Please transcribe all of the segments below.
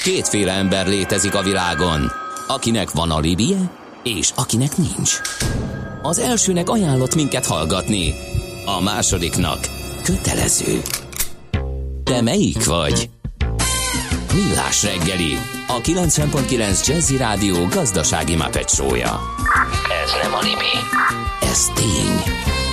Kétféle ember létezik a világon, akinek van alibije, és akinek nincs. Az elsőnek ajánlott minket hallgatni, a másodiknak kötelező. Te melyik vagy? Millás reggeli, a 90.9 Jazzy Rádió gazdasági Muppet show-ja. Ez nem alibi, ez tény.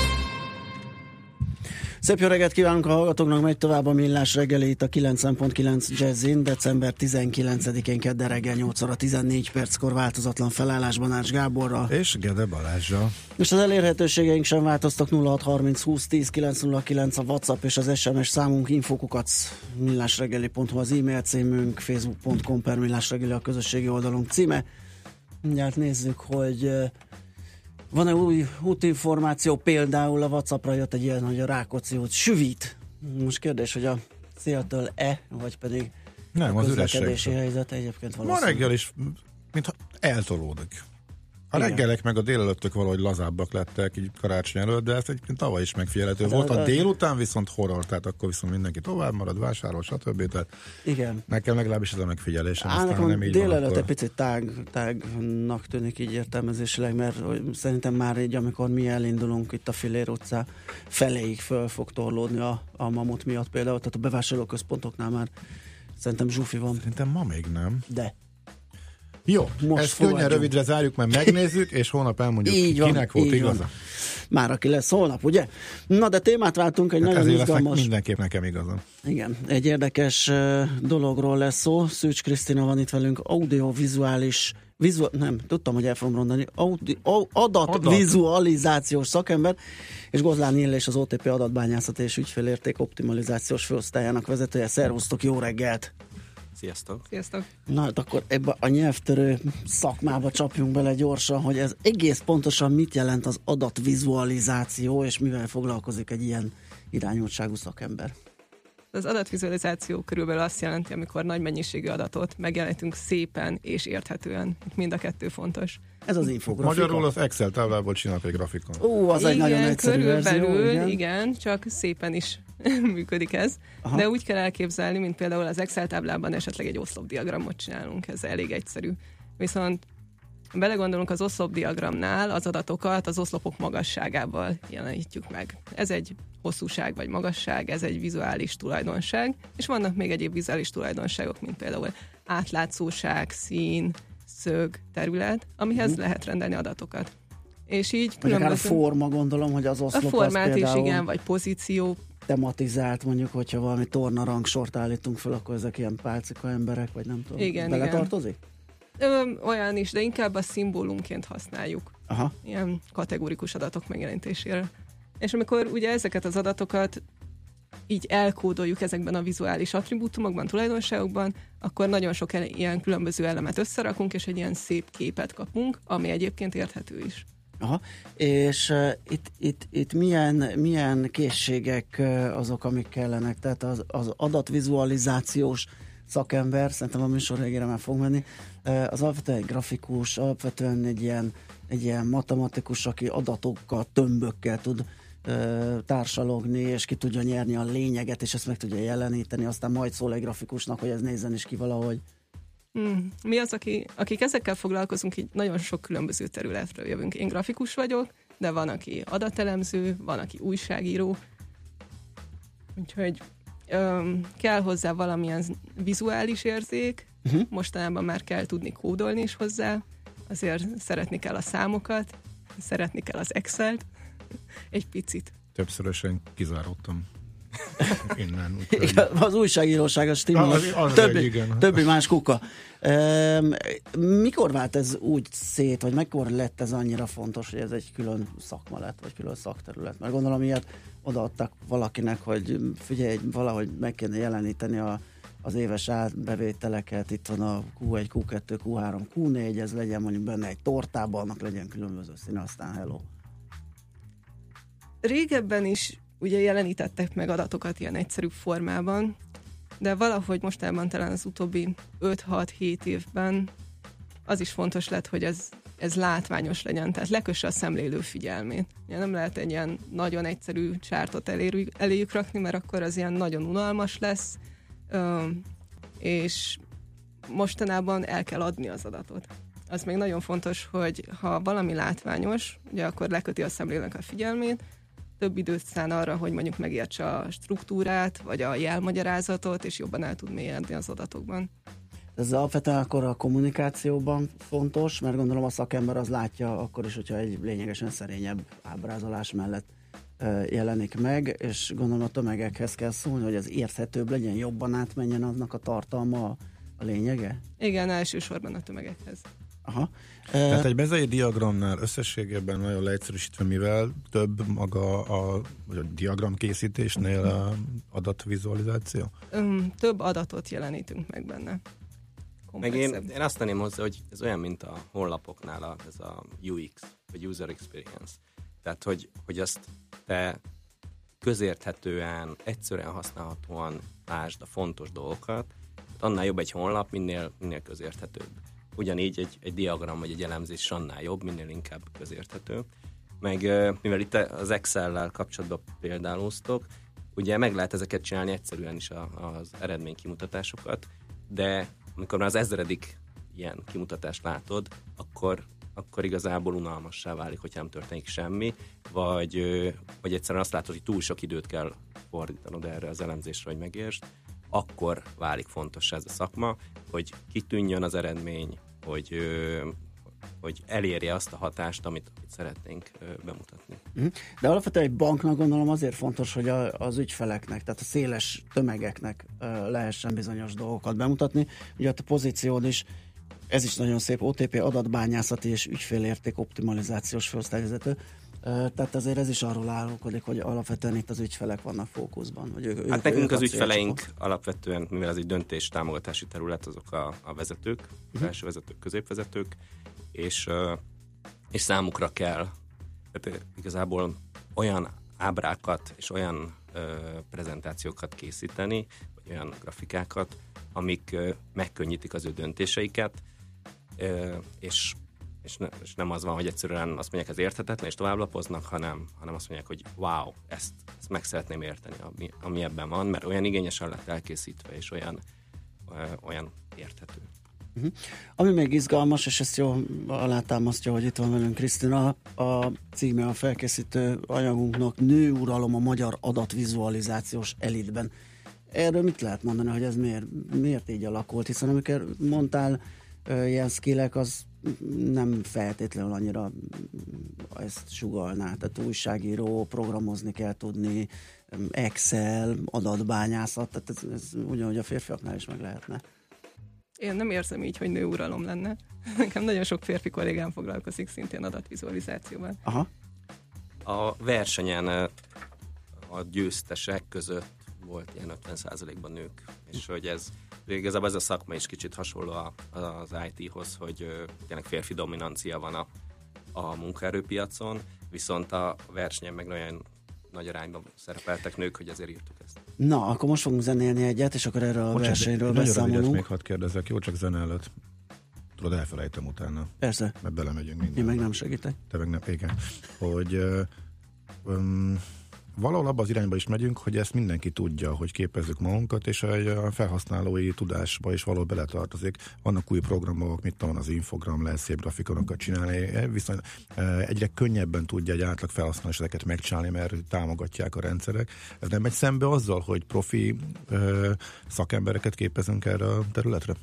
Szép jó reggelt kívánunk a hallgatóknak, megy tovább a Millás reggeli itt a 90.9 Jazzin, december 19-én kedden reggel 8 óra 14 perckor változatlan felállásban Ács Gáborral. És Gede Balázsral. És az elérhetőségeink sem változtak, 0630 20 10 909 a WhatsApp és az SMS számunk, infókukac millásreggeli.hu az e-mail címünk, facebook.com/millásreggeli a közösségi oldalunk címe. Mindjárt nézzük, hogy van-e új útinformáció, például a WhatsAppra jött egy ilyen, hogy a Rákóczi út süvít. Most kérdés, hogy a céltől-e, vagy pedig nem, a az közlekedési helyzet egyébként valószínűleg. Ma reggel is, mintha eltolódik. A reggelek meg a délelőttök valahogy lazábbak lettek így karácsony előtt, de ez egyébként tavaly is megfigyelhető volt. A délután viszont horror, tehát akkor viszont mindenki tovább marad, vásárol, stb. Tehát igen. Nekem legalábbis ez a megfigyelésem. Nekem nem így délelőtt akkor... egy picit tágnak tűnik így értelmezésileg, mert szerintem már így, amikor mi elindulunk itt a Fillér utca feléig föl fog torlódni a mamut miatt például, tehát a bevásárlóközpontoknál már szerintem zsúfi van. Szerintem ma még nem. De. Jó, most ezt könnyen rövidre zárjuk, mert megnézzük, és hónap elmondjuk, kinek volt igaza. Már aki lesz holnap, ugye? Na, de témát váltunk, egy hát nagyon izgalmas... mindenképp nekem igazam. Igen, egy érdekes dologról lesz szó. Szűcs Krisztina van itt velünk, audiovizuális... nem, tudtam, hogy el fogom mondani. Adatvizualizációs szakember, és Gozlán Illés az OTP adatbányászat és ügyfélérték optimalizációs főosztályának vezetője. Szervusztok, jó reggelt! Sziasztok! Sziasztok! Na hát akkor ebbe a nyelvtörő szakmába csapjunk bele gyorsan, hogy ez egész pontosan mit jelent az adatvizualizáció, és mivel foglalkozik egy ilyen irányultságú szakember. Az adatvizualizáció körülbelül azt jelenti, amikor nagy mennyiségű adatot megjelenítünk szépen és érthetően. Mind a kettő fontos. Ez az infografika. Magyarul az Excel táblából csinálok egy grafikon. Az egy nagyon egyszerű verzió. Igen, csak szépen is működik ez. Aha. De úgy kell elképzelni, mint például az Excel táblában esetleg egy oszlopdiagramot csinálunk. Ez elég egyszerű. Viszont belegondolunk, az oszlopdiagramnál az adatokat az oszlopok magasságával jelenítjük meg. Ez egy hosszúság vagy magasság, ez egy vizuális tulajdonság, és vannak még egyéb vizuális tulajdonságok, mint például átlátszóság, szín, szög, terület, amihez lehet rendelni adatokat. És így különböző... Akár a forma, gondolom, hogy az oszlop a formát az például... is, igen, vagy pozíció. Tematizált, mondjuk, hogyha valami torna rangsort állítunk fel, akkor ezek ilyen pálcika emberek, vagy nem tudom. Igen, beletartozik? Olyan is, de inkább a szimbólumként használjuk. Aha. Ilyen kategórikus adatok megjelentésére. És amikor ugye ezeket az adatokat így elkódoljuk ezekben a vizuális attribútumokban, tulajdonságokban, akkor nagyon sok ilyen különböző elemet összerakunk, és egy ilyen szép képet kapunk, ami egyébként érthető is. Aha. És itt milyen készségek azok, amik kellenek? Tehát az adatvizualizációs szakember, szerintem a műsor végére már fog menni, az alapvetően egy grafikus, alapvetően egy ilyen matematikus, aki adatokkal, tömbökkel tud társalogni, és ki tudja nyerni a lényeget, és ezt meg tudja jeleníteni, aztán majd szól egy grafikusnak, hogy ez nézzen is ki valahogy. Mi az, akik ezekkel foglalkozunk, így nagyon sok különböző területről jövünk. Én grafikus vagyok, de van, aki adatelemző, van, aki újságíró, úgyhogy kell hozzá valamilyen vizuális érzék, mostanában már kell tudni kódolni is hozzá, azért szeretni kell a számokat, szeretni kell az Excel-t, egy picit. Többszörösen kizáródtam innen. Az újságíróság a stimmel, többi más kuka. Mikor vált ez úgy szét, vagy mikor lett ez annyira fontos, hogy ez egy külön szakma lett, vagy külön szakterület? Mert gondolom ilyet odaadtak valakinek, hogy figyelj, valahogy meg kéne jeleníteni az éves átbevételeket, itt van a Q1, Q2, Q3, Q4, ez legyen mondjuk benne egy tortában, annak legyen különböző színe, aztán hello. Régebben is ugye jelenítettek meg adatokat ilyen egyszerű formában, de valahogy mostában talán az utóbbi 5-6-7 évben az is fontos lett, hogy ez látványos legyen, tehát lekösse a szemlélő figyelmét. Nem lehet egy ilyen nagyon egyszerű csártot eléjük rakni, mert akkor az ilyen nagyon unalmas lesz, és mostanában el kell adni az adatot. Az még nagyon fontos, hogy ha valami látványos, ugye akkor leköti a szemlélőnek a figyelmét, több időt szán arra, hogy mondjuk megértse a struktúrát, vagy a jelmagyarázatot, és jobban el tud mélyedni az adatokban. Ez alapvetően akkor a kommunikációban fontos, mert gondolom a szakember az látja akkor is, hogyha egy lényegesen szerényebb ábrázolás mellett jelenik meg, és gondolom a tömegekhez kell szólni, hogy az érthetőbb legyen, jobban átmenjen annak a tartalma, a lényege? Igen, elsősorban a tömegekhez. Aha. Tehát egy mezei diagramnál összességében nagyon leegyszerűsítve, mivel több maga a diagram készítésnél a adatvizualizáció? Több adatot jelenítünk meg benne. Meg én azt tenném hozzá, hogy ez olyan, mint a honlapoknál ez a UX, vagy User Experience. Tehát, hogy azt te közérthetően, egyszerűen használhatóan lásd a fontos dolgokat, annál jobb egy honlap, minél közérthetőbb. Ugyanígy egy diagram vagy egy elemzés annál jobb, minél inkább közérthető. Meg mivel itt az Excel-lel kapcsolatban példálóztok, ugye meg lehet ezeket csinálni egyszerűen is az eredménykimutatásokat, de amikor már az 1000. ilyen kimutatást látod, akkor igazából unalmassá válik, hogyha nem történik semmi, vagy egyszerűen azt látod, hogy túl sok időt kell fordítanod erre az elemzésre, hogy megértsd, akkor válik fontos ez a szakma, hogy kitűnjön az eredmény, hogy elérje azt a hatást, amit szeretnénk bemutatni. De alapvetően egy banknak gondolom azért fontos, hogy az ügyfeleknek, tehát a széles tömegeknek lehessen bizonyos dolgokat bemutatni. Ugye a pozíciód is, ez is nagyon szép, OTP adatbányászati és ügyfélérték optimalizációs főosztályvezető. Tehát azért ez is arról állókodik, hogy alapvetően itt az ügyfelek vannak fókuszban. Vagy hát nekünk az ügyfeleink alapvetően, mivel ez egy döntés támogatási terület, azok a vezetők, felső vezetők, középvezetők, és számukra kell tehát igazából olyan ábrákat és olyan prezentációkat készíteni, vagy olyan grafikákat, amik megkönnyítik az ő döntéseiket, és nem az van, hogy egyszerűen azt mondják, ez érthetetlen, és továbblapoznak, hanem azt mondják, hogy wow, ezt meg szeretném érteni, ami ebben van, mert olyan igényesen lett elkészítve, és olyan érthető. Ami még izgalmas, és ezt jól alátámasztja, hogy itt van velünk Krisztina, a címe a felkészítő anyagunknak Nőuralom a magyar adatvizualizációs elitben. Erről mit lehet mondani, hogy ez miért így alakult? Hiszen amikor mondtál ilyen skillek, az nem feltétlenül annyira ezt sugallná. Tehát újságíró, programozni kell tudni, Excel, adatbányászat, tehát ez ugyanúgy a férfiaknál is meg lehetne. Én nem érzem így, hogy nőuralom lenne. Nekem nagyon sok férfi kollégám foglalkozik szintén adatvizualizációval. Aha. A versenyen a győztesek között volt ilyen 50%-ban nők, és hogy igazából ez a szakma is kicsit hasonló az IT-hoz, hogy tényleg férfi dominancia van a munkaerőpiacon, viszont a versenyen meg olyan nagy arányban szerepeltek nők, hogy azért írtuk ezt. Na, akkor most fogunk zenélni egyet, és akkor erről a versenyről beszámolunk. Nagyon még hadd kérdezek, jó, csak zene előtt. Tudod, elfelejtem utána. Persze. Mert belemegyünk minden. Én meg nem segítek. Te meg nem, igen. Hogy valahol abban az irányba is megyünk, hogy ezt mindenki tudja, hogy képezzük magunkat, és a felhasználói tudásba is valahol beletartozik. Vannak új programok, mit tudom, az Infogram lehet szép grafikonokat csinálni, viszont egyre könnyebben tudja egy átlag felhasználó ezeket megcsinálni, mert támogatják a rendszerek. Ez nem megy szembe azzal, hogy profi szakembereket képezünk erre a területre?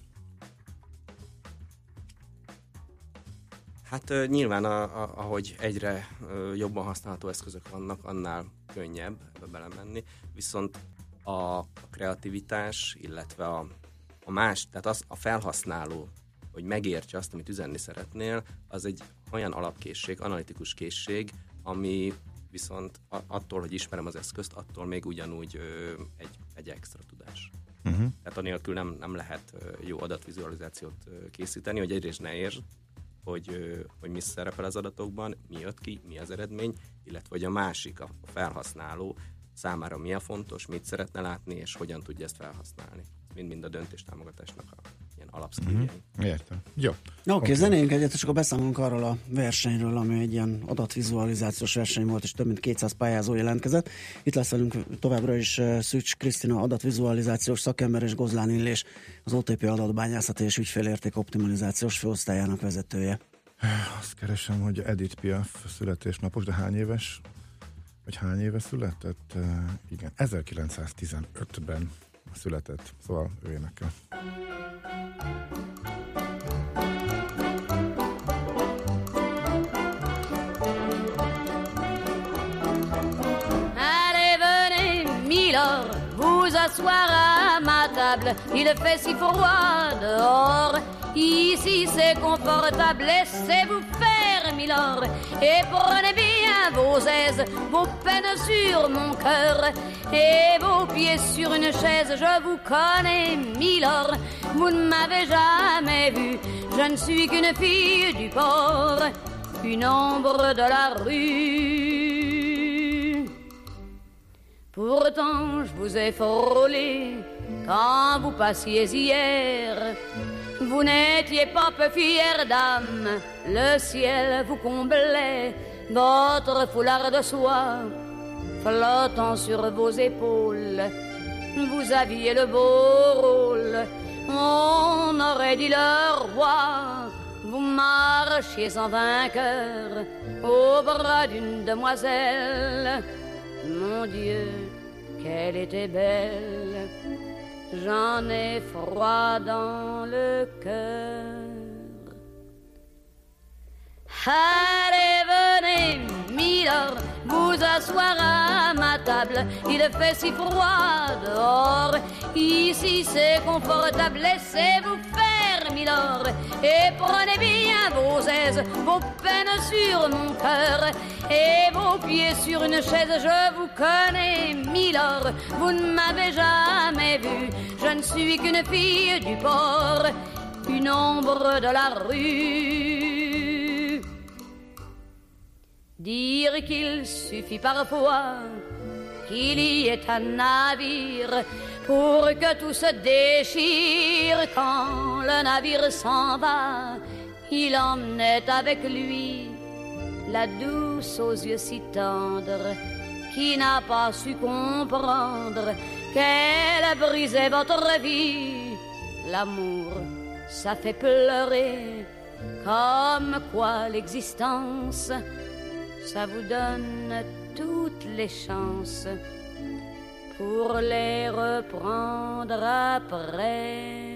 Hát nyilván, ahogy egyre jobban használható eszközök vannak, annál könnyebb ebbe belemenni, viszont a kreativitás, illetve a más, tehát a felhasználó, hogy megértse azt, amit üzenni szeretnél, az egy olyan alapkészség, analitikus készség, ami viszont attól, hogy ismerem az eszközt, attól még ugyanúgy egy extra tudás. Tehát anélkül nem lehet jó adatvizualizációt készíteni, hogy egyrészt ne értsd, hogy mi szerepel az adatokban, mi jött ki, mi az eredmény, illetve hogy a másik, a felhasználó számára mi a fontos, mit szeretne látni, és hogyan tudja ezt felhasználni. mind a döntéstámogatásnak a ilyen alapszkívjai. Értem. Jó. Oké, zenéljünk egyet, és akkor beszámolunk arról a versenyről, ami egy ilyen adatvizualizációs verseny volt, és több mint 200 pályázó jelentkezett. Itt lesz velünk továbbra is Szűcs Krisztina adatvizualizációs szakember, és Gozlán Illés, az OTP adatbányászati és ügyfélérték optimalizációs főosztályának vezetője. Azt keresem, hogy Edith Piaf születésnapos, de hány éves? Vagy hány éve született? Igen, 1915-ben született, szóval ő énekel. Allez, venez, Milord, vous asseoir à ma table. Il fait si froid dehors. Ici c'est confortable, laissez-vous faire, Milord, et prenez bien vos aises, vos peines sur mon cœur, et vos pieds sur une chaise. Je vous connais, Milord, vous ne m'avez jamais vu, je ne suis qu'une fille du port, une ombre de la rue. Pourtant je vous ai frôlé quand vous passiez hier. Vous n'étiez pas peu fière d'âme, le ciel vous comblait, votre foulard de soie flottant sur vos épaules. Vous aviez le beau rôle, on aurait dit le roi. Vous marchiez en vainqueur au bras d'une demoiselle. Mon Dieu, qu'elle était belle! J'en ai froid dans le cœur. Allez, venez, Milord, vous asseoir à ma table. Il fait si froid dehors. Ici c'est confortable, laissez-vous faire, Milord, et prenez bien vos aises, vos peines sur mon cœur, et vos pieds sur une chaise. Je vous connais, Milord, vous ne m'avez jamais vu, je ne suis qu'une fille du port, une ombre de la rue. Dire qu'il suffit parfois qu'il y ait un navire pour que tout se déchire. Quand le navire s'en va, il emmenait avec lui la douce aux yeux si tendres, qui n'a pas su comprendre qu'elle brisait votre vie. L'amour, ça fait pleurer, comme quoi l'existence, ça vous donne toutes les chances pour les reprendre après.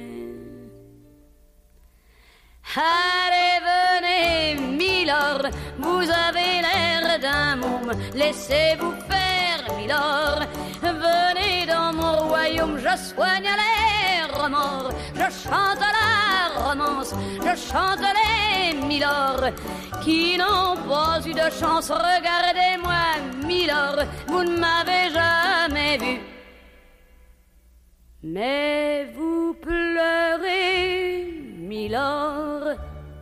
Allez, venez, Milord, vous avez l'air d'un môme, laissez-vous faire, Milord. Venez dans mon royaume, je soigne les remords, je chante la romance, je chante les Milord qui n'ont pas eu de chance. Regardez-moi, Milord, vous ne m'avez jamais vu, mais vous pleurez, Milord,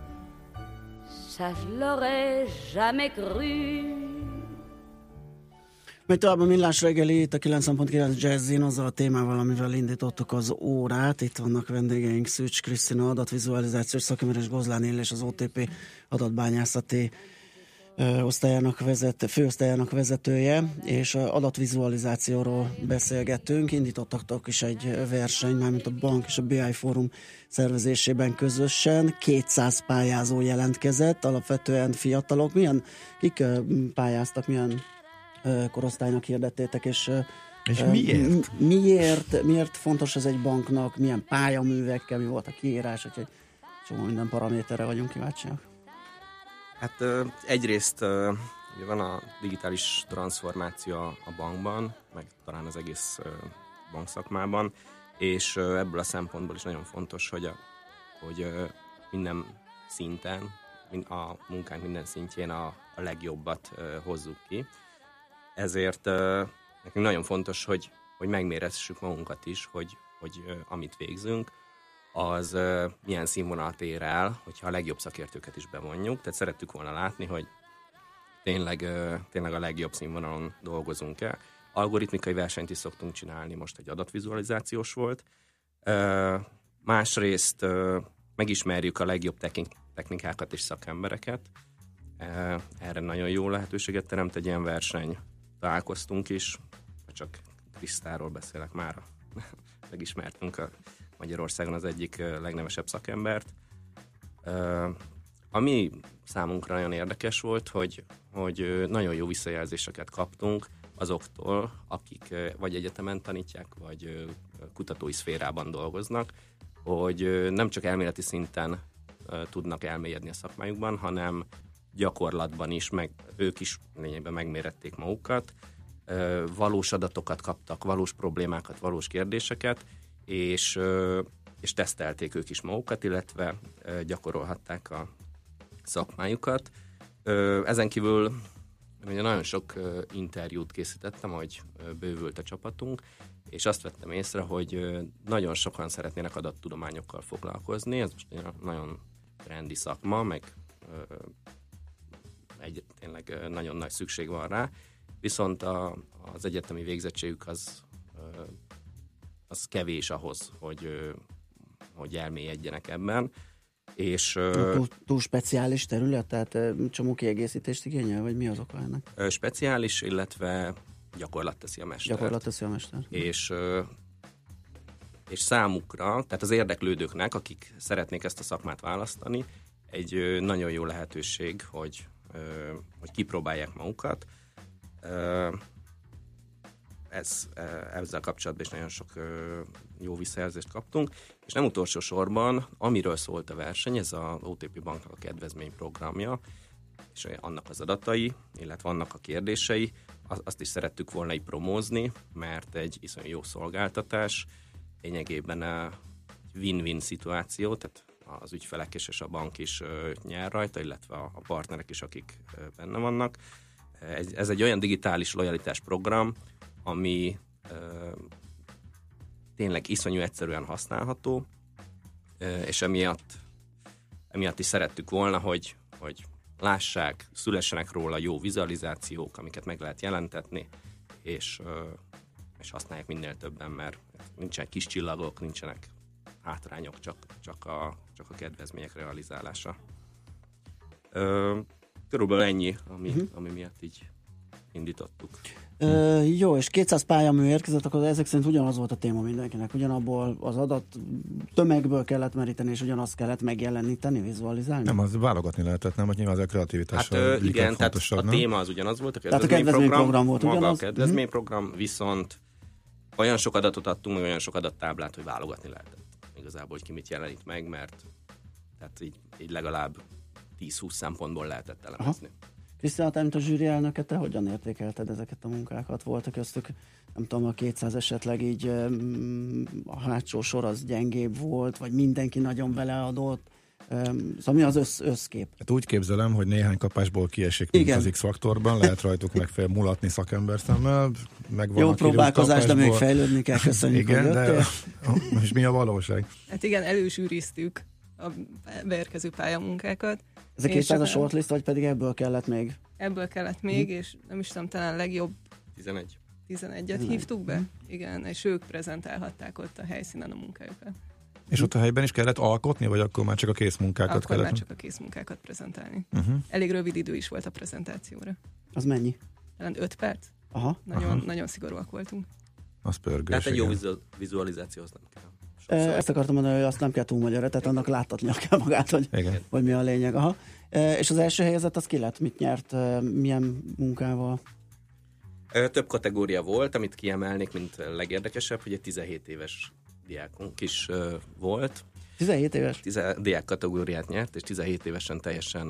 ça je l'aurais jamais cru. Megy tovább a Millás reggeli, itt a 90.9 Jazzin, azzal a témával, amivel indítottuk az órát. Itt vannak vendégeink, Szűcs Krisztina adatvizualizációs szakember és Gozlán Illés, az OTP adatbányászati főosztályának vezetője, és adatvizualizációról beszélgettünk. Indítottak is egy verseny, mármint a bank és a BI Fórum szervezésében közösen. 200 pályázó jelentkezett, alapvetően fiatalok. Kik pályáztak, milyen korosztálynak hirdettétek, és miért? Miért fontos ez egy banknak, milyen pályaművekkel, mi volt a kiírás, úgyhogy csomó minden paraméterre vagyunk kíváncsiak. Hát egyrészt ugye van a digitális transformáció a bankban, meg talán az egész bankszakmában, és ebből a szempontból is nagyon fontos, hogy minden szinten, a munkánk minden szintjén a legjobbat hozzuk ki. Ezért nekünk nagyon fontos, hogy megméressük magunkat is, hogy amit végzünk, az milyen színvonalat ér el, hogyha a legjobb szakértőket is bevonjuk. Tehát szerettük volna látni, hogy tényleg a legjobb színvonalon dolgozunk el. Algoritmikai versenyt is szoktunk csinálni, most egy adatvizualizációs volt, Másrészt megismerjük a legjobb technikákat és szakembereket. Erre nagyon jó lehetőséget teremt egy ilyen verseny. Találkoztunk is, csak Krisztáról beszélek már. Megismertünk a Magyarországon az egyik legnevesebb szakembert. Ami számunkra nagyon érdekes volt, hogy nagyon jó visszajelzéseket kaptunk azoktól, akik vagy egyetemen tanítják, vagy kutatói szférában dolgoznak, hogy nem csak elméleti szinten tudnak elmélyedni a szakmájukban, hanem gyakorlatban is, meg ők is lényegben megmérették magukat, valós adatokat kaptak, valós problémákat, valós kérdéseket, és tesztelték ők is magukat, illetve gyakorolhatták a szakmájukat. Ezen kívül ugye nagyon sok interjút készítettem, hogy bővült a csapatunk, és azt vettem észre, hogy nagyon sokan szeretnének adattudományokkal foglalkozni, ez most egy nagyon trendi szakma, meg tényleg nagyon nagy szükség van rá, viszont az egyetemi végzettségük az kevés ahhoz, hogy elmélyedjenek ebben. És, túl speciális terület, tehát csomó kiegészítést igényel, vagy mi az oka ennek? Speciális, illetve gyakorlat teszi a mester. És számukra, tehát az érdeklődőknek, akik szeretnék ezt a szakmát választani, egy nagyon jó lehetőség, hogy kipróbálják magukat. Ezzel kapcsolatban is nagyon sok jó visszajelzést kaptunk, és nem utolsó sorban, amiről szólt a verseny, ez az OTP Banknak a kedvezményprogramja, és annak az adatai, illetve annak a kérdései, azt is szerettük volna így promózni, mert egy iszonyú jó szolgáltatás, lényegében a win-win szituáció, tehát az ügyfelek és a bank is nyer rajta, illetve a partnerek is, akik benne vannak. Ez egy olyan digitális lojalitás program, ami tényleg iszonyú egyszerűen használható, és emiatt is szerettük volna, hogy lássák, szülessenek róla jó vizualizációk, amiket meg lehet jelentetni, és használják minél többen, mert nincsenek kis csillagok, nincsenek hátrányok, csak a kedvezmények realizálása. Körülbelül ennyi, ami miatt így indítottuk. Jó, és 200 pályamű érkezett, akkor ezek szerint ugyanaz volt a téma mindenkinek, ugyanabból az adat tömegből kellett meríteni, és ugyanazt kellett megjeleníteni, vizualizálni? Nem, az válogatni lehetett, nem, hogy nyilván az a kreativitással igen, tehát a téma az ugyanaz volt, a kedvezményprogram volt maga ugyanaz. A kedvezményprogram, viszont olyan sok adatot adtunk, meg olyan sok adattáblát, hogy válogatni lehetett. Igazából, hogy ki mit jelenít meg, mert tehát így legalább 10-20 szempontból lehetett elemezni. Krisztina, te, mint a zsűri elnöke, te hogyan értékelted ezeket a munkákat? Voltak köztük, nem tudom, a 200 esetleg így a hátsó sor az gyengébb volt, vagy mindenki nagyon beleadott? Szóval mi az összkép? Hát úgy képzelem, hogy néhány kapásból kiesik, mint az X-faktorban, lehet rajtuk mulatni szakember szemmel. Jó próbálkozás, de még fejlődni kell, köszönjük, igen, hogy jöttél. És mi a valóság? Hát igen, előzsűriztük a beérkező pályamunkákat. Ez a 200 a shortlist, vagy pedig ebből kellett még? Ebből kellett még, és nem is tudom, talán legjobb 11-et hívtuk be. Igen, és ők prezentálhatták ott a helyszínen a munkájukat. És ott a helyben is kellett alkotni, vagy akkor már csak a készmunkákat kellett? Akkor már csak a készmunkákat prezentálni. Elég rövid idő is volt a prezentációra. Az mennyi? Talán 5 perc. Nagyon szigorúak voltunk. Az pörgős. Tehát egy jó vizualizációhoz nem kell. Ezt akartam mondani, hogy azt nem kell túl magyarra, tehát annak láttatnia kell magát, hogy mi a lényeg. És az első helyezett az ki lett? Mit nyert? Milyen munkával? Több kategória volt, amit kiemelnék, mint legérdekesebb, hogy egy 17 éves diákunk is volt. 17 éves? Diák kategóriát nyert, és 17 évesen teljesen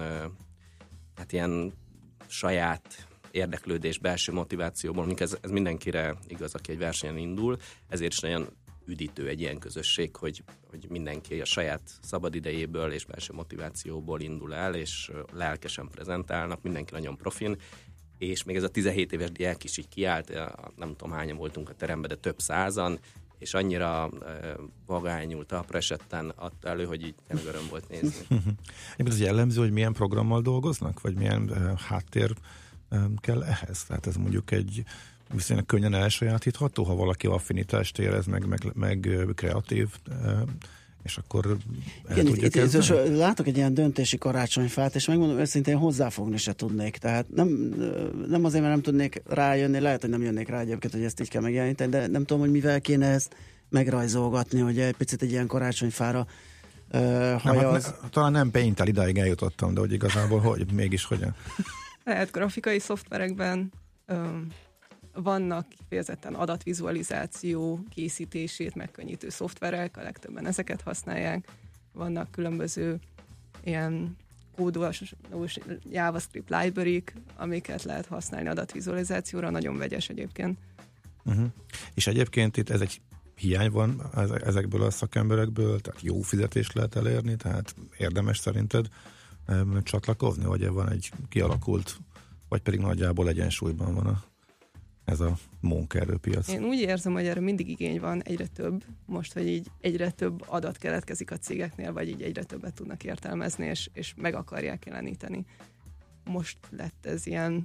hát ilyen saját érdeklődés, belső motivációból, ez mindenkire igaz, aki egy versenyen indul, ezért is nagyon üdítő egy ilyen közösség, hogy mindenki a saját szabadidejéből és belső motivációból indul el, és lelkesen prezentálnak, mindenki nagyon profin, és még ez a 17 éves diák is így kiállt, nem tudom hányan voltunk a teremben, de több százan, és annyira vagányul, talpra esetten adta elő, hogy így tényleg öröm volt nézni. Ez jellemző, hogy milyen programmal dolgoznak, vagy milyen háttér kell ehhez? Tehát ez mondjuk egy viszonylag könnyen elsajátítható, ha valaki affinitást érez, meg kreatív, és akkor tudja kezdeni. Látok egy ilyen döntési karácsonyfát, és megmondom őszintén, hozzáfogni se tudnék. Tehát nem azért, mert nem tudnék rájönni, lehet, hogy nem jönnék rá egyébként, hogy ezt így kell megjeleníteni, de nem tudom, hogy mivel kéne ezt megrajzolgatni, hogy egy picit egy ilyen karácsonyfára hajaz. Talán nem Paint-tel idáig eljutottam, de hogy igazából hogy, mégis hogyan? Lehet grafikai szoftverekben vannak kifejezetten adatvizualizáció készítését megkönnyítő szoftverek, a legtöbben ezeket használják. Vannak különböző ilyen kódos JavaScript library-k, amiket lehet használni adatvizualizációra, nagyon vegyes egyébként. És egyébként itt ez egy hiány van ezekből a szakemberekből, tehát jó fizetést lehet elérni, tehát érdemes szerinted csatlakozni, vagy van egy kialakult, vagy pedig nagyjából egyensúlyban van ez a munkaerőpiac? Én úgy érzem, hogy erre mindig igény van, egyre több. Most, hogy így egyre több adat keletkezik a cégeknél, vagy így egyre többet tudnak értelmezni, és meg akarják jeleníteni. Most lett ez ilyen...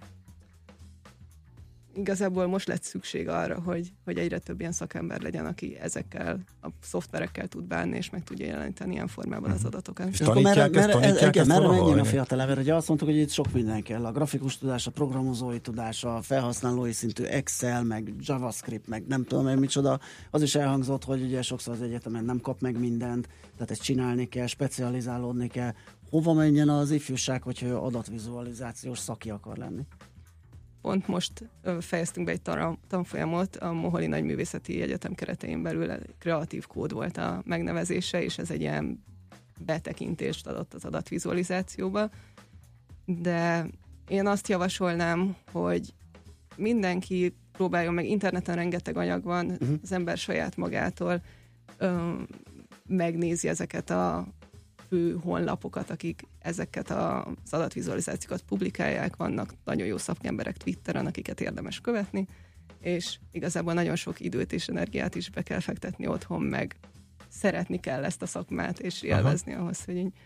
Igazából most lett szükség arra, hogy egyre több ilyen szakember legyen, aki ezekkel a szoftverekkel tud bánni, és meg tudja jeleníteni ilyen formában az adatokat. És tanítják ezt merre menjen a fiatalember? Ugye azt mondtuk, hogy itt sok minden kell. A grafikus tudás, a programozói tudás, a felhasználói szintű Excel, meg JavaScript, meg nem tudom én micsoda. Az is elhangzott, hogy ugye sokszor az egyetemen nem kap meg mindent, tehát ezt csinálni kell, specializálódni kell. Hova menjen az ifjúság, hogyha adatvizualizációs szaki akar lenni? Pont most fejeztünk be egy tanfolyamot, a Moholi Nagyművészeti Egyetem keretein belül kreatív kód volt a megnevezése, és ez egy ilyen betekintést adott az adatvizualizációba. De én azt javasolnám, hogy mindenki próbáljon meg, interneten rengeteg anyag van, az ember saját magától megnézi ezeket a fő honlapokat, akik ezeket az adatvizualizációkat publikálják, vannak nagyon jó szakemberek Twitteren, akiket érdemes követni, és igazából nagyon sok időt és energiát is be kell fektetni otthon, meg szeretni kell ezt a szakmát, és élvezni ahhoz, hogy így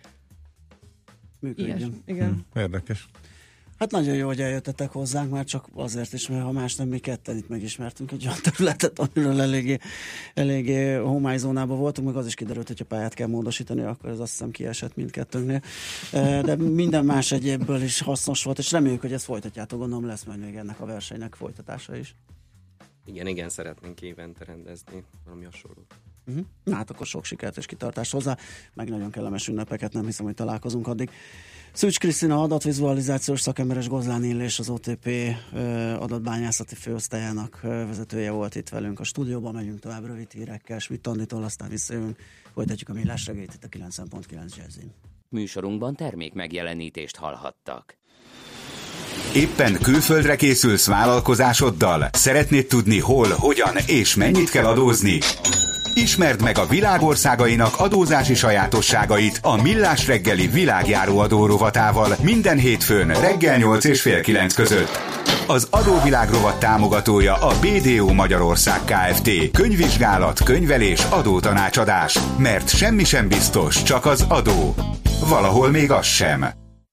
működjön. Igen. Érdekes. Hát nagyon jó, hogy eljöttetek hozzánk, már csak azért is, mert ha más nem, mi ketten itt megismertünk egy olyan területet, amiről eléggé homályzónában voltunk, meg az is kiderült, hogy a pályát kell módosítani, akkor ez azt hiszem kiesett mindkettőnknél. De minden más egyébből is hasznos volt, és reméljük, hogy ezt folytatjátok, gondolom lesz majd még ennek a versenynek folytatása is. Igen, szeretnénk évente rendezni valami hasonlót. Na hát akkor sok sikert és kitartást hozzá, meg nagyon kellemes ünnepeket, nem hiszem, hogy találkozunk addig. Szűcs Krisztina adatvizualizációs szakemberes Gozlán Illés, az OTP adatbányászati főosztályának vezetője volt itt velünk a stúdióban, megyünk tovább rövid hírekkel, Schmidt Anditól, aztán visszajövünk, folytatjuk a Millás reggelyt itt a 90.9 Jazzin. Műsorunkban termék megjelenítést hallhattak. Éppen külföldre készülsz vállalkozásoddal? Szeretnéd tudni hol, hogyan és mennyit kell adózni? Ismerd meg a világországainak adózási sajátosságait a Millás reggeli világjáró adó rovatával minden hétfőn reggel 8 és fél 9 között. Az adóvilág rovat támogatója a BDO Magyarország Kft. Könyvvizsgálat, könyvelés, adótanácsadás. Mert semmi sem biztos, csak az adó. Valahol még az sem.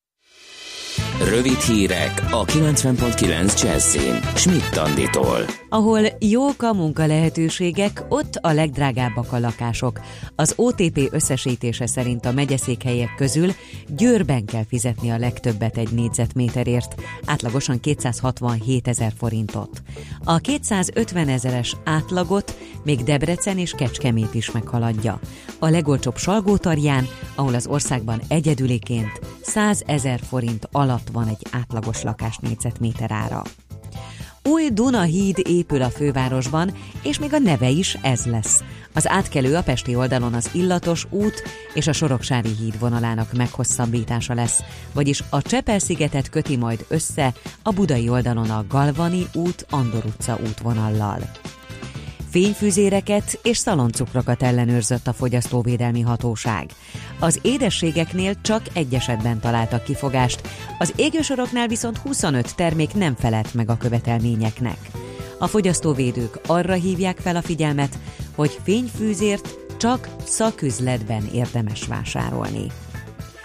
Rövid hírek a 90.9 Jazzin Schmidt Anditól. Ahol jók a munkalehetőségek, ott a legdrágábbak a lakások. Az OTP összesítése szerint a megyeszékhelyek közül Győrben kell fizetni a legtöbbet egy négyzetméterért, átlagosan 267 000 forintot. A 250 000-es átlagot még Debrecen és Kecskemét is meghaladja. A legolcsóbb Salgótarján, ahol az országban egyedüliként 100 000 forint alatt van egy átlagos lakás négyzetméter ára. Új Duna-híd épül a fővárosban, és még a neve is ez lesz. Az átkelő a pesti oldalon az Illatos út és a Soroksári híd vonalának meghosszabbítása lesz, vagyis a Csepel-szigetet köti majd össze a budai oldalon a Galvani út Andor utca útvonallal. Fényfűzéreket és szaloncukrokat ellenőrzött a Fogyasztóvédelmi Hatóság. Az édességeknél csak egy esetben találtak kifogást, az égősoroknál viszont 25 termék nem felelt meg a követelményeknek. A fogyasztóvédők arra hívják fel a figyelmet, hogy fényfűzért csak szaküzletben érdemes vásárolni.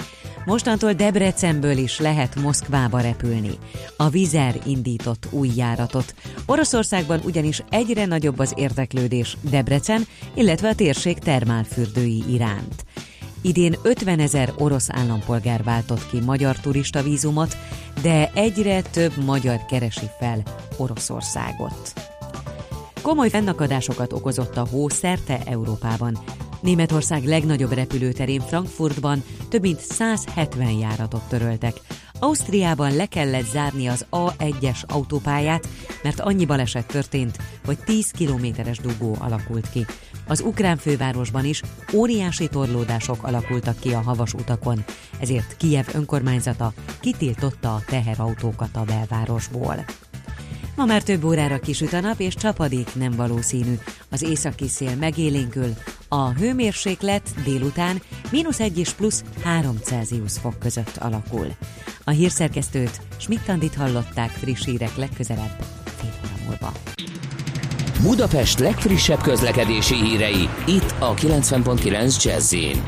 Mostantól Debrecenből is lehet Moszkvába repülni. A Vizer indított új járatot. Oroszországban ugyanis egyre nagyobb az érdeklődés Debrecen, illetve a térség termálfürdői iránt. Idén 50 000 orosz állampolgár váltott ki magyar turistavízumot, de egyre több magyar keresi fel Oroszországot. Komoly fennakadásokat okozott a hó szerte Európában. Németország legnagyobb repülőterén Frankfurtban több mint 170 járatot töröltek. Ausztriában le kellett zárni az A1-es autópályát, mert annyi baleset történt, hogy 10 kilométeres dugó alakult ki. Az ukrán fővárosban is óriási torlódások alakultak ki a havas utakon, ezért Kijev önkormányzata kitiltotta a teherautókat a belvárosból. Ma már több órára kisüt a nap, és csapadék nem valószínű. Az északi szél megélénkül, a hőmérséklet délután -1 és +3 Celsius fok között alakul. A hírszerkesztőt, Schmidt-Andit hallották, friss hírek legközelebb fél óra múlva. Budapest legfrissebb közlekedési hírei, itt a 90.9 Jazz-in.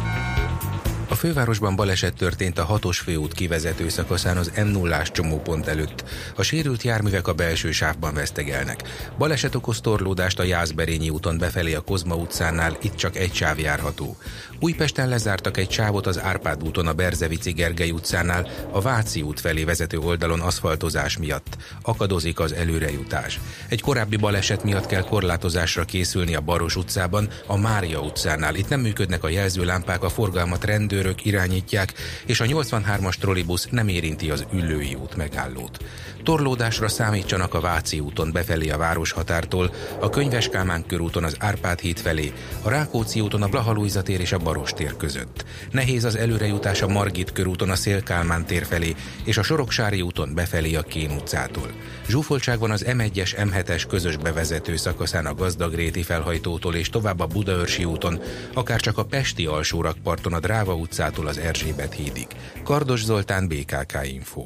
A fővárosban baleset történt a 6-os főút kivezető szakaszán az M0-ás csomópont előtt. A sérült járművek a belső sávban vesztegelnek. Baleset okoz torlódást a Jászberényi úton befelé a Kozma utcánál, itt csak egy sáv járható. Újpesten lezártak egy sávot az Árpád úton a Berzevici Gergely utcánál, a Váci út felé vezető oldalon aszfaltozás miatt. Akadozik az előrejutás. Egy korábbi baleset miatt kell korlátozásra készülni a Baros utcában, a Mária utcánál. Itt nem működnek a jelzőlámpák, a forgalmat rendőrök irányítják, és a 83-as trollibusz nem érinti az Üllői út megállót. Torlódásra számítsanak a Váci úton befelé a Városhatártól, a Könyves Kálmán körúton az Árpád híd felé, a Rákóczi úton a Blaha Lujza tér és a Baros tér között. Nehéz az előrejutás a Margit körúton a Széll Kálmán tér felé, és a Soroksári úton befelé a Kén utcától. Zsúfoltság van az M1-es, M7-es közös bevezető szakaszán a Gazdagréti felhajtótól és tovább a Budaörsi úton, akár csak a Pesti alsórakparton a Dráva utcától az Erzsébet hídig. Kardos Zoltán, BKK Info.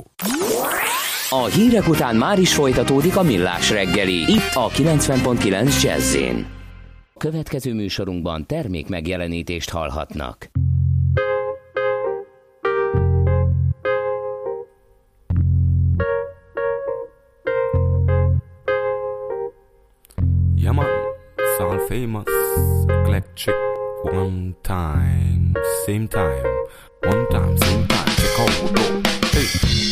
A hírek után már is folytatódik a Millás reggeli, itt a 90.9 Jazz-in. Következő műsorunkban termék megjelenítést hallhatnak. Yeah man, it's all famous, eclectic, one time, same time, one time, same time, take hold, go, hey.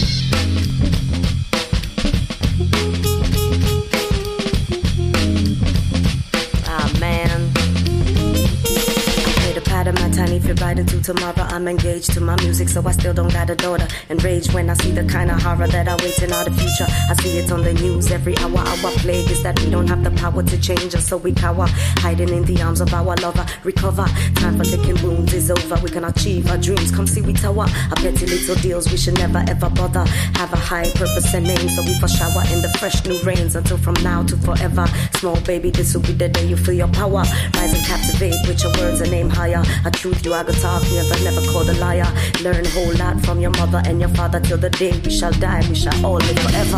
Of my tiny fit right into tomorrow. I'm engaged to my music, so I still don't got a daughter. Enraged when I see the kind of horror that awaits in all the future. I see it on the news every hour. Our plague is that we don't have the power to change us, so we cower, hiding in the arms of our lover. Recover, time for licking wounds is over. We can achieve our dreams. Come see we tower. Our petty little deals we should never ever bother. Have a high purpose and aim, so we for shower in the fresh new rains until from now to forever. Small baby, this will be the day you feel your power. Rise and captivate with your words and aim higher. A truth you are gonna talk, never called a liar. Learn a whole lot from your mother and your father till the day we shall die. We shall all live forever.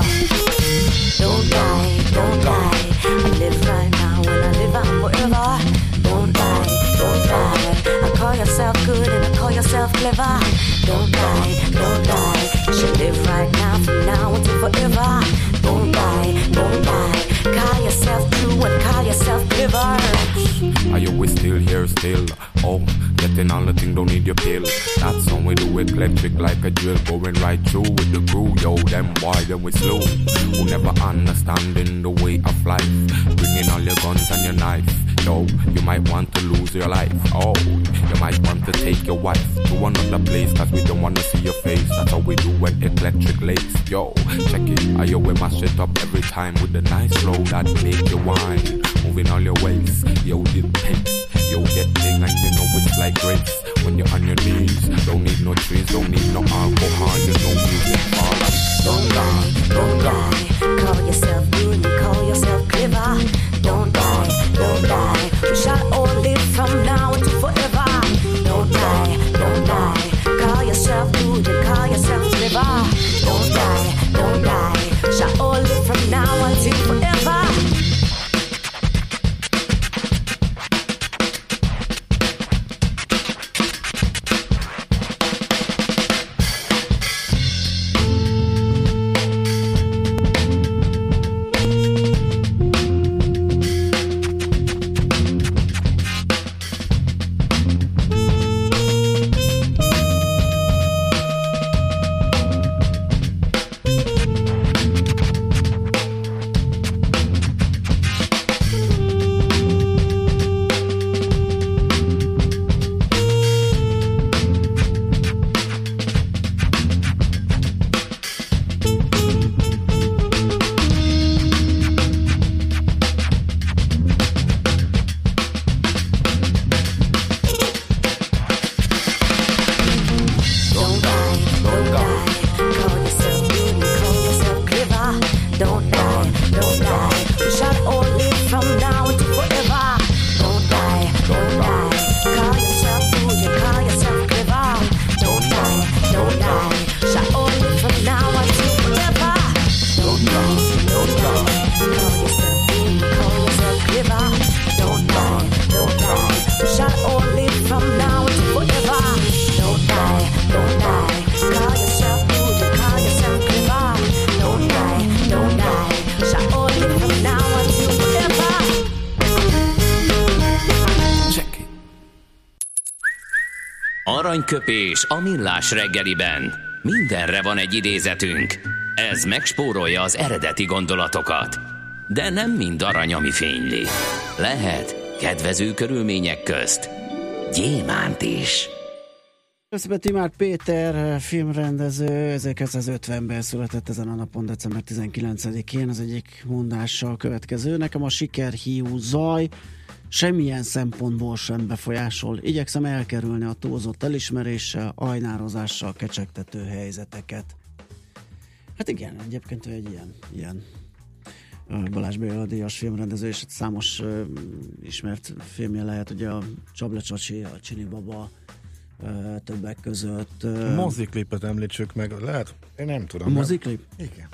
Don't die, don't die. I live right now and I live on forever. Don't die, don't die. I call yourself good and I call yourself clever. Don't die, don't die. You should live right now from now until forever. Don't die, don't die. Call yourself true and call yourself clever. Are you we still here still? Oh, getting all the thing, don't need your pill. That's how we do it, electric like a drill. Going right through with the crew, yo, them boy, them we slow. Who never understanding the way of life. Bringing all your guns and your knife. Yo, you might want to lose your life. Oh, you might want to take your wife to another place, cause we don't wanna see your face. That's how we do when electric lace. Yo, check it, yo, we mash it up every time with the nice flow that make you whine. Moving all your ways, yo, the pace. Yo, get thing and you know it's like grace. When you're on your knees, don't need no trees, don't need no alcohol, you know music, all that. Don't die, don't die. Call yourself good and call yourself clever. Don't die, don't die. We shall all live from now to forever. Don't die, don't die. Call yourself good and call yourself clever. Don't die, don't die. We shall all live from now until forever. Aranyköpés a millás reggeliben. Mindenre van egy idézetünk. Ez megspórolja az eredeti gondolatokat. De nem mind arany, ami fényli. Lehet kedvező körülmények közt gyémánt is. Köszönöm, Timár Péter, filmrendező, 1950-ben született ezen a napon, december 19-én, az egyik mondása a következő. Nekem a sikerhíjú zaj semmilyen szempontból sem befolyásol. Igyekszem elkerülni a túlzott elismeréssel, ajnározással kecsegtető helyzeteket. Hát igen, egyébként ő egy ilyen Balázs Béla díjas filmrendező, és számos ismert filmje lehet, ugye a Csable Csacsi, a Csini Baba, többek között. Moziklipet említsük meg, lehet? Én nem tudom. A moziklip? Igen.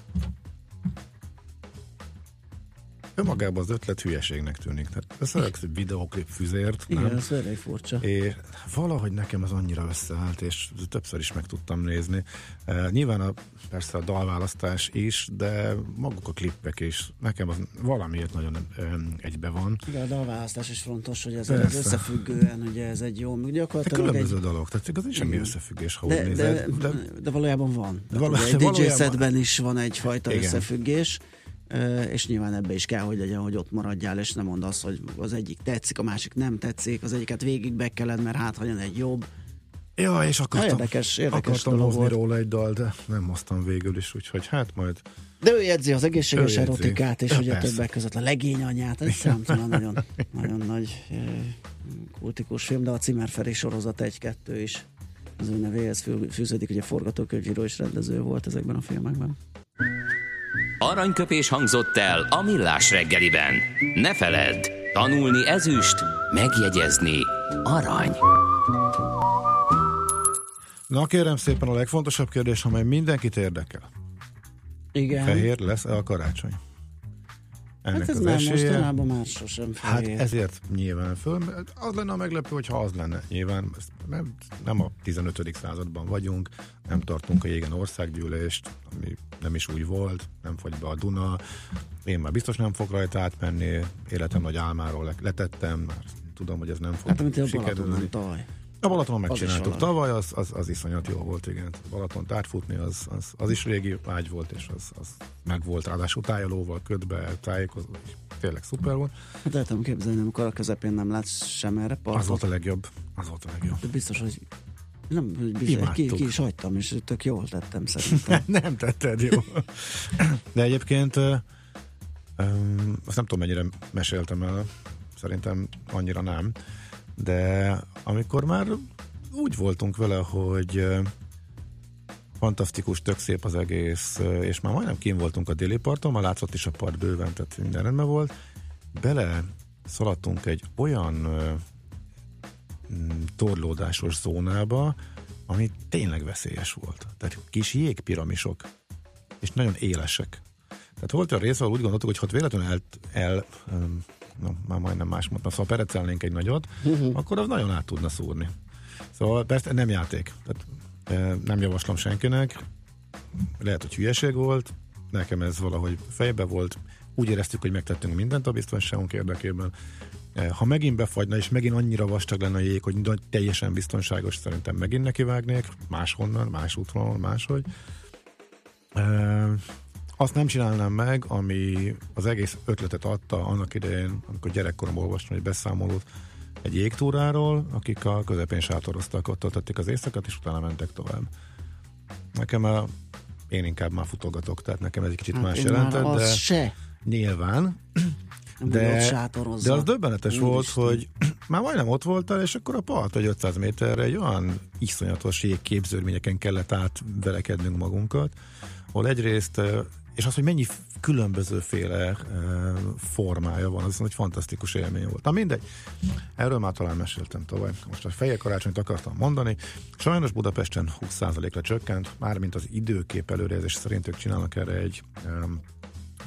Önmagában az ötlet hülyeségnek tűnik. Tehát összeraksz egy videoklip füzért. Igen, nem? ez elég furcsa. És valahogy nekem az annyira összeállt, és többször is meg tudtam nézni. Nyilván persze a dalválasztás is, de maguk a klippek is. Nekem az valamiért nagyon egybe van. Igen, a dalválasztás is fontos, hogy ez az összefüggően, ugye ez egy jó, gyakorlatilag különböző dalok, tehát igaz, nincs semmi összefüggés, ha úgy nézed. De valójában van. Egy DJ setben is van egyfajta összefüggés. És nyilván ebbe is kell, hogy legyen, hogy ott maradjál, és nem mondd azt, hogy az egyik tetszik, a másik nem tetszik, az egyiket végig bekkeled, mert hát hagyjon egy jobb. Ja, és akartam hozni volt róla egy dal, de nem hoztam végül is, úgyhogy hát majd... De ő jegyzi az egészséges erotikát, és ugye többek között a legényanyját, ez számtalan nagyon nagy kultikus film, de a Cimmer Feri sorozat 1-2 is az ő nevéhez fűződik, ugye forgatókönyvíró és rendező volt ezekben a filmekben. Aranyköpés hangzott el a millás reggeliben. Ne feledd, tanulni ezüst, megjegyezni arany. Na kérem szépen a legfontosabb kérdés, amely mindenkit érdekel. Igen. Fehér lesz-e a karácsony? Ennek hát ez az nem esélye. mostanában már sosem fehér. Hát ezért nyilván föl, az lenne a meglepő, hogyha az lenne. Nyilván nem a 15. században vagyunk, nem tartunk a jégen országgyűlést, ami nem is úgy volt, nem fogy be a Duna. Én már biztos nem fog rajta átmenni, életem nagy álmáról letettem, már tudom, hogy ez nem fog sikerülni. A Balatonon megcsináltuk tavaly, az iszonyat jó volt, igen. Balatont átfutni, az is régi vágy volt, és az meg volt, ráadásul tájolóval, ködbe, tájékozó, és tényleg szuper volt. Hát el tudom képzelni, amikor a közepén nem látsz sem erre partot. Az volt a legjobb. De biztos, hogy nem, ki is hagytam, és tök jól tettem szerintem. Nem tetted jó. De egyébként azt nem tudom, mennyire meséltem el, szerintem annyira nem, de amikor már úgy voltunk vele, hogy fantasztikus, tök szép az egész, és már majdnem kín voltunk a déli parton, már látszott is a part bőven, tehát minden rendben volt, bele szaladtunk egy olyan torlódásos zónába, ami tényleg veszélyes volt. Tehát kis jégpiramisok, és nagyon élesek. Tehát volt olyan rész, ahol úgy gondoltuk, hogy ha véletlenül már majdnem más mondtam, szóval perecelnénk egy nagyot, akkor az nagyon át tudna szúrni. Szóval persze nem játék. Tehát nem javaslom senkinek. Lehet, hogy hülyeség volt, nekem ez valahogy fejbe volt. Úgy éreztük, hogy megtettünk mindent a biztonságunk érdekében. Ha megint befagyna, és megint annyira vastag lenne a jég, hogy teljesen biztonságos, szerintem megint nekivágnék, máshonnan, más útvonalon, máshogy. Azt nem csinálnám meg, ami az egész ötletet adta annak idején, amikor gyerekkoromban olvastam egy beszámolót egy jégtúráról, akik a közepén sátoroztak, ott töltötték az éjszakát, és utána mentek tovább. Nekem én inkább már futogatok, tehát nekem ez egy kicsit más jelentett, de se. Nyilván. De az döbbenetes volt, hogy már majdnem ott voltál, és akkor a part, hogy 500 méterre egy olyan iszonyatos jégképződményeken kellett átverekednünk magunkat, ahol egyrészt, és az, hogy mennyi különbözőféle formája van, az egy fantasztikus élmény volt. Na mindegy, erről már talán meséltem tavaly. Most a fehér karácsonyt akartam mondani. Sajnos Budapesten 20%-ra csökkent, mármint az időkép előrejelzés szerint ők csinálnak erre egy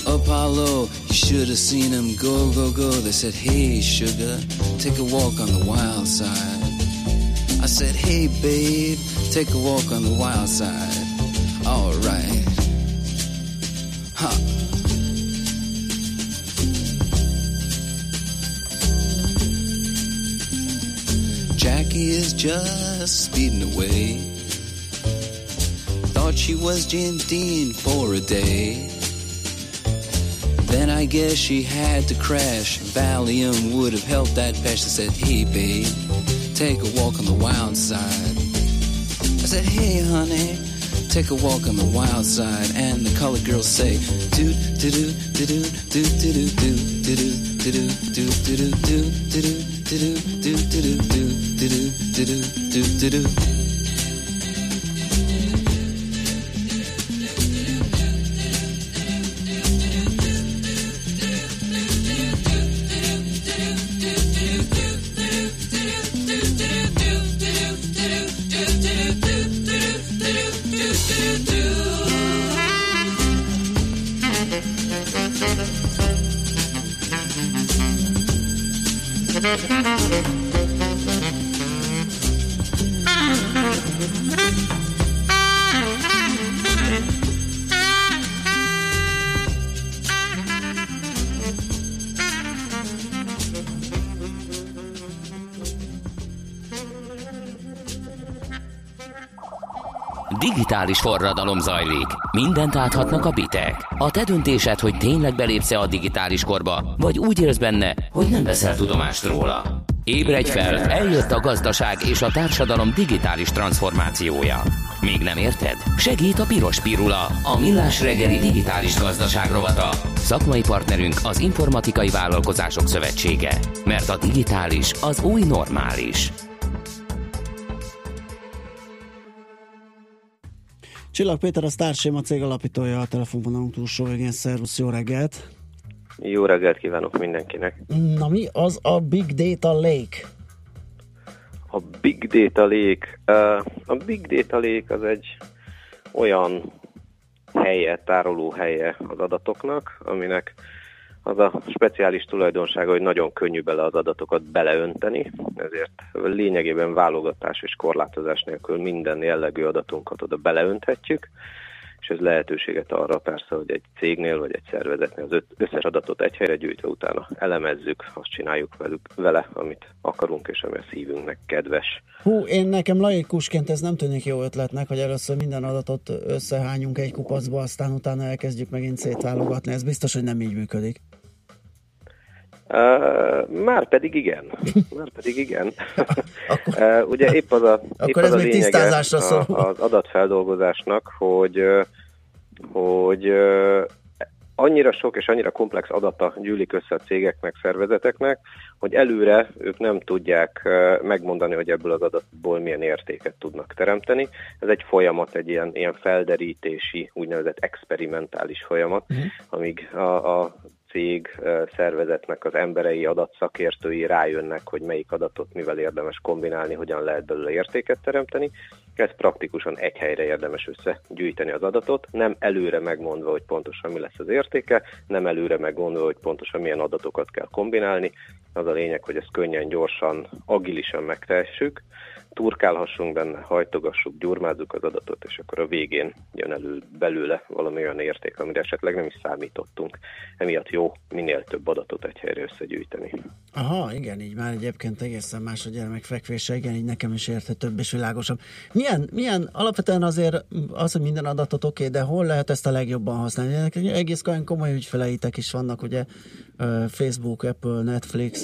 Apollo, you should have seen him go, go, go. They said, hey, sugar, take a walk on the wild side. I said, hey, babe, take a walk on the wild side. All right. Ha. Jackie is just speeding away. Thought she was Jim Dean for a day. Then I guess she had to crash. Valium would have helped that patch. I said, hey, babe, take a walk on the wild side. I said, hey, honey, take a walk on the wild side. And the colored girls say, do do do do do do do do do do do do do do do do do do. Digitális forradalom zajlik. Mindent áthatnak a bitek. A te döntésed, hogy tényleg belépsz-e a digitális korba, vagy úgy élsz benne, hogy nem veszel tudomást róla. Ébredj fel, eljött a gazdaság és a társadalom digitális transformációja. Még nem érted? Segít a Piros Pirula, a Millás reggeli digitális gazdaság rovata. Szakmai partnerünk az Informatikai Vállalkozások Szövetsége. Mert a digitális az új normális. Csillag Péter, a Starséma cég alapítója, a telefonvonalunk túlsó végén. Szervusz, jó reggelt! Jó reggelt kívánok mindenkinek! Na, mi az a Big Data Lake? A Big Data Lake. A Big Data Lake az egy olyan helye, tároló helye az adatoknak, aminek az a speciális tulajdonsága, hogy nagyon könnyű bele az adatokat beleönteni, ezért lényegében válogatás és korlátozás nélkül minden jellegű adatunkat oda beleönthetjük, és ez lehetőséget arra persze, hogy egy cégnél vagy egy szervezetnél az összes adatot egy helyre gyűjtve utána elemezzük, azt csináljuk vele, amit akarunk, és ami a szívünknek kedves. Nekem laikusként ez nem tűnik jó ötletnek, hogy először minden adatot összehányunk egy kupacba, aztán utána elkezdjük megint szétválogatni. Ez biztos, hogy nem így működik. Már pedig igen. Ugye épp az a lényege az adatfeldolgozásnak, hogy annyira sok és annyira komplex adata gyűlik össze a cégeknek, szervezeteknek, hogy előre ők nem tudják megmondani, hogy ebből az adatból milyen értéket tudnak teremteni. Ez egy folyamat, egy ilyen felderítési, úgynevezett experimentális folyamat, amíg a cég, szervezetnek az emberei, adatszakértői rájönnek, hogy melyik adatot mivel érdemes kombinálni, hogyan lehet belőle értéket teremteni. Ez praktikusan egy helyre érdemes összegyűjteni az adatot, nem előre megmondva, hogy pontosan mi lesz az értéke, nem előre megmondva, hogy pontosan milyen adatokat kell kombinálni. Az a lényeg, hogy ezt könnyen, gyorsan, agilisan megtehessük, turkálhassunk benne, hajtogassuk, gyurmázzuk az adatot, és akkor a végén jön elő belőle valami olyan érték, amire esetleg nem is számítottunk. Emiatt jó minél több adatot egy helyre összegyűjteni. Aha, igen, így már egyébként egészen más a gyermekfekvése, igen, így nekem is érthetőbb és világosabb. Milyen alapvetően azért az, hogy minden adatot oké, de hol lehet ezt a legjobban használni? Egész komoly ügyfeleitek is vannak, ugye Facebook, Apple, Netflix,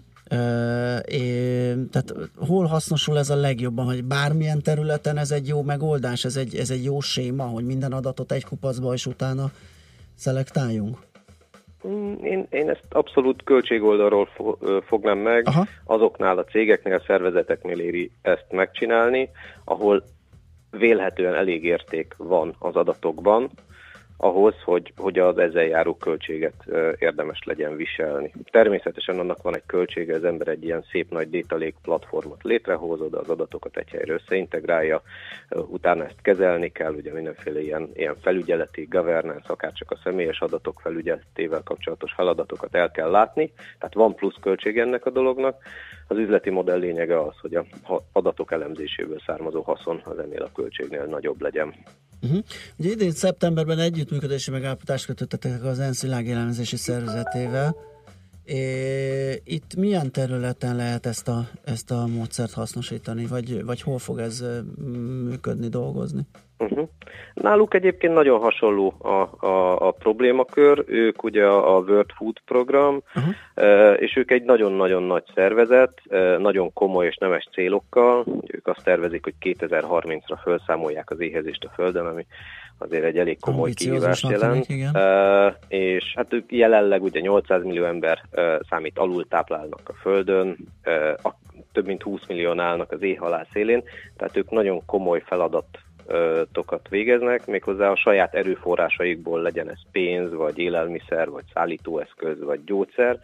tehát hol hasznosul ez a legjobban, hogy bármilyen területen ez egy jó megoldás, ez egy jó séma, hogy minden adatot egy kupacba és utána szelektáljunk? Én ezt abszolút költségoldalról fognám meg. Aha. Azoknál a cégeknél, a szervezeteknél éri ezt megcsinálni, ahol vélhetően elég érték van az adatokban, ahhoz, hogy az ezzel járó költséget érdemes legyen viselni. Természetesen annak van egy költsége, az ember egy ilyen szép nagy data lake platformot létrehoz, oda az adatokat egy helyre összeintegrálja, utána ezt kezelni kell, ugye mindenféle ilyen felügyeleti, governance, akár csak a személyes adatok felügyeletével kapcsolatos feladatokat el kell látni, tehát van plusz költség ennek a dolognak. Az üzleti modell lényege az, hogy az adatok elemzéséből származó haszon az ennél a költségnél nagyobb legyen. Ugye idén szeptemberben együttműködési megállapodást kötöttetek az ENSZ világélelmezési szervezetével. Itt milyen területen lehet ezt a módszert hasznosítani, vagy hol fog ez működni, dolgozni? Náluk egyébként nagyon hasonló a problémakör, ők ugye a World Food Program, és ők egy nagyon-nagyon nagy szervezet, nagyon komoly és nemes célokkal, ők azt tervezik, hogy 2030-ra felszámolják az éhezést a Földön, ami azért egy elég komoly kihívást jelent. És hát ők jelenleg ugye 800 millió ember számít alultáplálnak a Földön, több mint 20 millióan állnak az éhhalál szélén, tehát ők nagyon komoly feladatokat végeznek, méghozzá a saját erőforrásaikból, legyen ez pénz, vagy élelmiszer, vagy szállítóeszköz, vagy gyógyszer,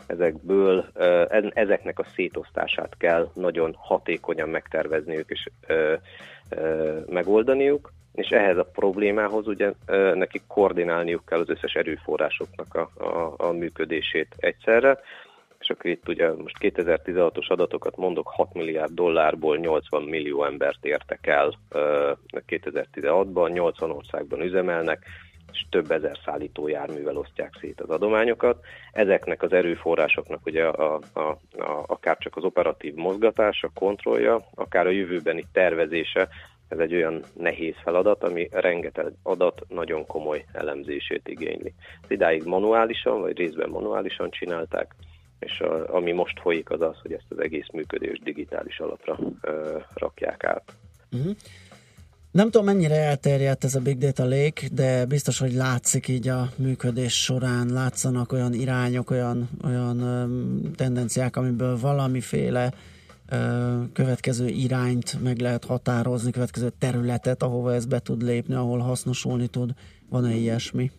ezeknek a szétosztását kell nagyon hatékonyan megtervezniük és megoldaniuk, és ehhez a problémához ugye nekik koordinálniuk kell az összes erőforrásoknak a működését egyszerre, és akkor itt ugye most 2016-os adatokat mondok, 6 milliárd dollárból 80 millió embert értek el 2016-ban, 80 országban üzemelnek, és több ezer szállítójárművel osztják szét az adományokat. Ezeknek az erőforrásoknak ugye akár csak az operatív mozgatása, kontrollja, akár a jövőbeni tervezése, ez egy olyan nehéz feladat, ami rengeteg adat nagyon komoly elemzését igényli. Idáig manuálisan, vagy részben manuálisan csinálták, és ami most folyik az az, hogy ezt az egész működést digitális alapra rakják át. Nem tudom, mennyire elterjedt ez a Big Data Lake, de biztos, hogy látszik így a működés során, látszanak olyan irányok, olyan tendenciák, amiből valamiféle következő irányt meg lehet határozni, következő területet, ahova ez be tud lépni, ahol hasznosulni tud. Van-e ilyesmi?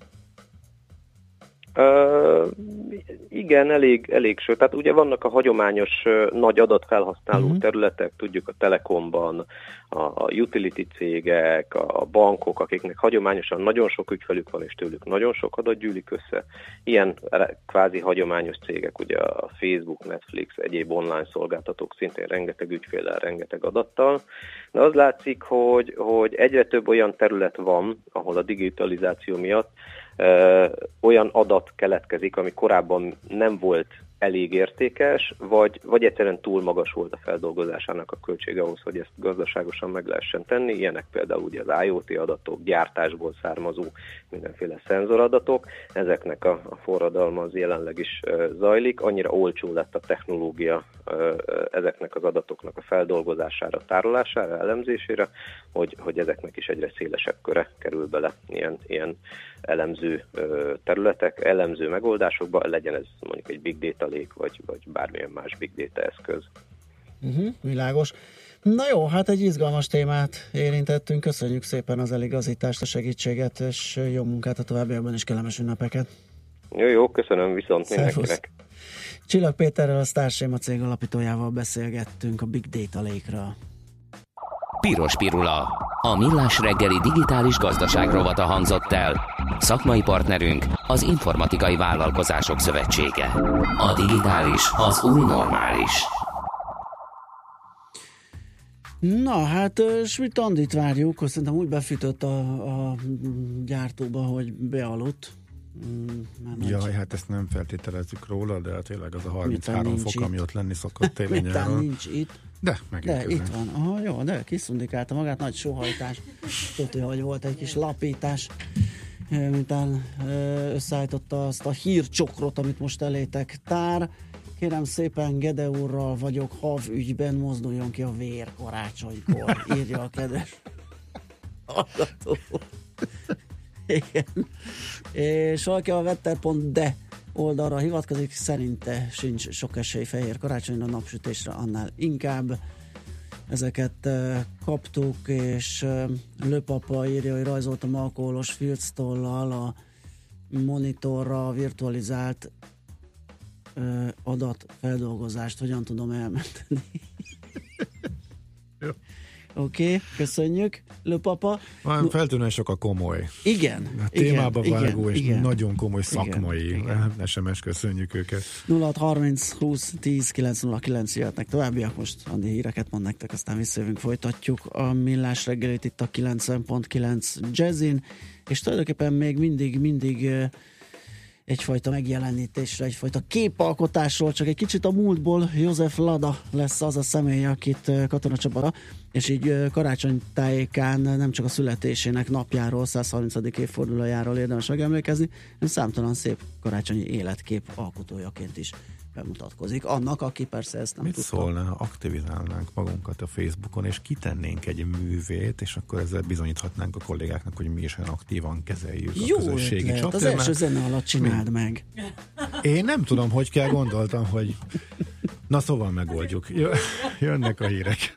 Igen, elég sőt. Tehát ugye vannak a hagyományos nagy adatfelhasználó területek, tudjuk a Telekomban, a utility cégek, a bankok, akiknek hagyományosan nagyon sok ügyfelük van, és tőlük nagyon sok adat gyűlik össze. Ilyen kvázi hagyományos cégek, ugye a Facebook, Netflix, egyéb online szolgáltatók szintén rengeteg ügyféllel, rengeteg adattal. De az látszik, hogy egyre több olyan terület van, ahol a digitalizáció miatt olyan adat keletkezik, ami korábban nem volt elég értékes, vagy egyszerűen túl magas volt a feldolgozásának a költsége ahhoz, hogy ezt gazdaságosan meg lehessen tenni. Ilyenek például ugye az IoT adatok, gyártásból származó mindenféle szenzoradatok. Ezeknek a forradalma az jelenleg is zajlik. Annyira olcsó lett a technológia ezeknek az adatoknak a feldolgozására, tárolására, elemzésére, hogy ezeknek is egyre szélesebb köre kerül bele ilyen elemző területek, elemző megoldásokba, legyen ez mondjuk egy Big Data Lake, vagy bármilyen más Big Data eszköz. Világos. Na jó, hát egy izgalmas témát érintettünk. Köszönjük szépen az eligazítást, a segítséget, és jó munkát a továbbiakban, és kellemes ünnepeket. Jó, köszönöm, viszont mindenkinek. Csillag Péterrel, a Starséma cég alapítójával beszélgettünk a Big Data Lake-ről. Piros Pirula. A millás reggeli digitális gazdaság rovata hangzott el. Szakmai partnerünk az Informatikai Vállalkozások Szövetsége. A digitális az új normális. Na, hát Schmidt Andit várjuk, hogy szerintem úgy befűtött a gyártóba, hogy bealudt. Jaj, hát ezt nem feltételezzük róla, de tényleg az a 33 fok, ami ott lenni szokott téli nyáron. Nincs itt. De itt van. Aha, jó, de kiszundikálta magát, nagy sóhajtás. Tudja, hogy volt egy kis lapítás, miután összeállította azt a hírcsokrot, amit most elétek tár. Kérem szépen, Gede úrral vagyok havügyben, mozduljon ki a vér karácsonykor, írja a kedves hallgató. Igen. És valaki a wetter.de oldalra hivatkozik, szerinte sincs sok esély fehér karácsonyra, napsütésre annál inkább. ezeket kaptuk, és Löpapa írja, hogy rajzoltam alkoholos filctollal a monitorra virtualizált adatfeldolgozást, hogyan tudom elmenteni. Oké, köszönjük, Löpapa. Feltűnően sok a komoly. Igen. A témába vágó és igen. nagyon komoly szakmai. Igen. SMS, köszönjük őket. 0630 20 10 909 jöhetnek továbbiak, most Andi híreket mond nektek, aztán visszajövünk, folytatjuk a Millás reggelit itt a 90.9 Jazzin, és tulajdonképpen még mindig egyfajta megjelenítésre, egyfajta képalkotásról, csak egy kicsit a múltból. József Lada lesz az a személy, akit Katona Csabara, és így karácsony tájékán nem csak a születésének napjáról, 130. évfordulójáról érdemes megemlékezni, hanem számtalan szép karácsonyi életkép alkotójaként is bemutatkozik. Annak, aki persze ezt nem mit tudta. szólna, ha aktivizálnánk magunkat a Facebookon, és kitennénk egy művét, és akkor ezzel bizonyíthatnánk a kollégáknak, hogy mi is olyan aktívan kezeljük a közösségi csatornát. Az első zene alatt csináld meg. Én nem tudom, hogy kell, gondoltam, hogy na szóval megoldjuk. Jönnek a hírek.